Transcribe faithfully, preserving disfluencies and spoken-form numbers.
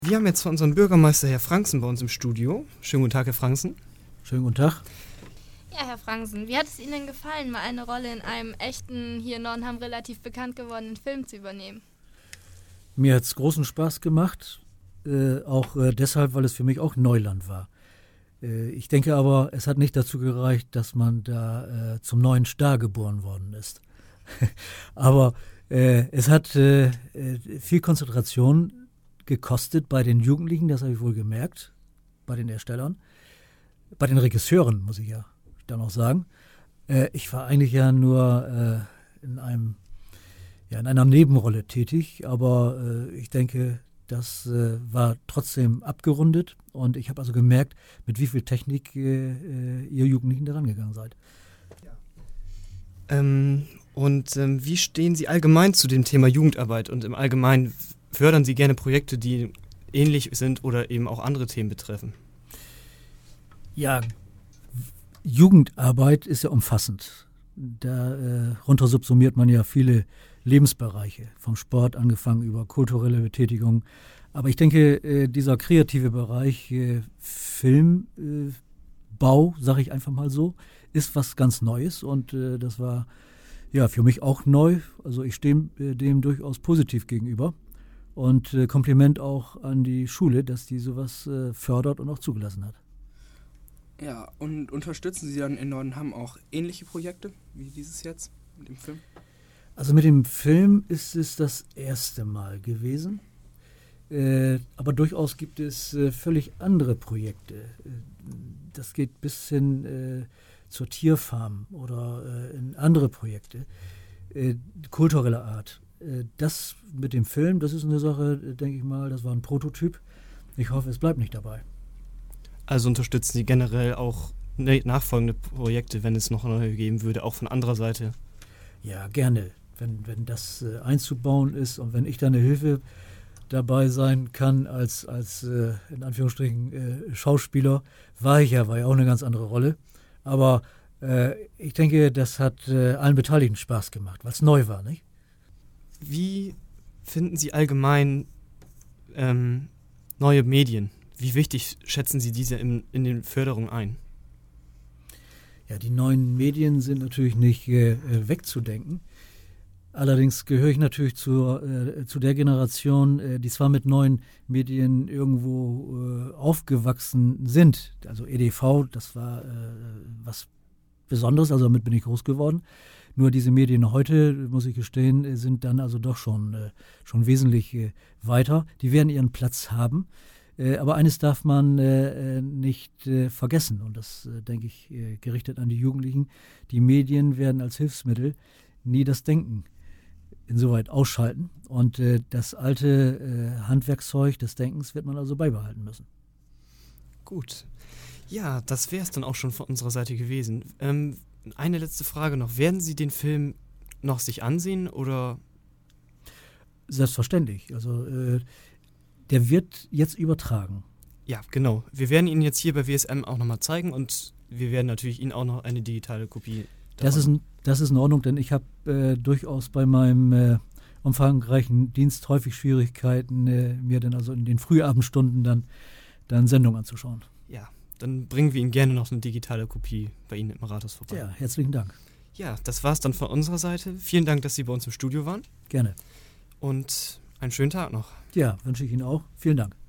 Wir haben jetzt von unserem Bürgermeister Herr Franksen bei uns im Studio. Schönen guten Tag, Herr Franksen. Schönen guten Tag. Ja, Herr Franksen, wie hat es Ihnen gefallen, mal eine Rolle in einem echten, hier in Nordenham relativ bekannt gewordenen Film zu übernehmen? Mir hat es großen Spaß gemacht, äh, auch äh, deshalb, weil es für mich auch Neuland war. Äh, ich denke aber, es hat nicht dazu gereicht, dass man da äh, zum neuen Star geboren worden ist. aber äh, es hat äh, viel Konzentration gekostet bei den Jugendlichen, das habe ich wohl gemerkt, bei den Erstellern, bei den Regisseuren, muss ich ja dann auch sagen. Äh, ich war eigentlich ja nur äh, in einem, ja, in einer Nebenrolle tätig, aber äh, ich denke, das äh, war trotzdem abgerundet und ich habe also gemerkt, mit wie viel Technik äh, ihr Jugendlichen daran gegangen seid. Ja. Ähm, und ähm, wie stehen Sie allgemein zu dem Thema Jugendarbeit und im Allgemeinen fördern Sie gerne Projekte, die ähnlich sind oder eben auch andere Themen betreffen? Ja, Jugendarbeit ist ja umfassend. Darunter äh, subsumiert man ja viele Lebensbereiche, vom Sport angefangen über kulturelle Betätigung. Aber ich denke, äh, dieser kreative Bereich äh, Filmbau, äh, sage ich einfach mal so, ist was ganz Neues und äh, das war ja für mich auch neu. Also ich stehe äh, dem durchaus positiv gegenüber. Und äh, Kompliment auch an die Schule, dass die sowas äh, fördert und auch zugelassen hat. Ja, und unterstützen Sie dann in Nordenham auch ähnliche Projekte wie dieses jetzt mit dem Film? Also mit dem Film ist es das erste Mal gewesen. Äh, aber durchaus gibt es äh, völlig andere Projekte. Äh, das geht bis hin äh, zur Tierfarm oder äh, in andere Projekte, äh, kultureller Art. Das mit dem Film, das ist eine Sache, denke ich mal, das war ein Prototyp. Ich hoffe, es bleibt nicht dabei. Also unterstützen Sie generell auch nachfolgende Projekte, wenn es noch neue geben würde, auch von anderer Seite? Ja, gerne. Wenn, wenn das äh, einzubauen ist und wenn ich da eine Hilfe dabei sein kann als, als äh, in Anführungsstrichen äh, Schauspieler, war ich ja, war ja auch eine ganz andere Rolle. Aber äh, ich denke, das hat äh, allen Beteiligten Spaß gemacht, weil es neu war, nicht? Wie finden Sie allgemein ähm, neue Medien? Wie wichtig schätzen Sie diese in, in den Förderungen ein? Ja, die neuen Medien sind natürlich nicht äh, wegzudenken. Allerdings gehöre ich natürlich zur, äh, zu der Generation, äh, die zwar mit neuen Medien irgendwo äh, aufgewachsen sind. Also E D V, das war äh, was Besonderes, also damit bin ich groß geworden. Nur diese Medien heute, muss ich gestehen, sind dann also doch schon, äh, schon wesentlich äh, weiter. Die werden ihren Platz haben. Äh, aber eines darf man äh, nicht äh, vergessen. Und das, äh, denke ich, äh, gerichtet an die Jugendlichen. Die Medien werden als Hilfsmittel nie das Denken insoweit ausschalten. Und äh, das alte äh, Handwerkszeug des Denkens wird man also beibehalten müssen. Gut. Ja, das wäre es dann auch schon von unserer Seite gewesen. Ähm, Eine letzte Frage noch. Werden Sie den Film noch sich ansehen oder? Selbstverständlich. Also äh, der wird jetzt übertragen. Ja, genau. Wir werden Ihnen jetzt hier bei W S M auch nochmal zeigen und wir werden natürlich Ihnen auch noch eine digitale Kopie davon. Das ist, ein, das ist in Ordnung, denn ich habe äh, durchaus bei meinem äh, umfangreichen Dienst häufig Schwierigkeiten, äh, mir dann also in den Frühabendstunden dann, dann Sendungen anzuschauen. Ja. Dann bringen wir Ihnen gerne noch eine digitale Kopie bei Ihnen im Rathaus vorbei. Ja, herzlichen Dank. Ja, das war's dann von unserer Seite. Vielen Dank, dass Sie bei uns im Studio waren. Gerne. Und einen schönen Tag noch. Ja, wünsche ich Ihnen auch. Vielen Dank.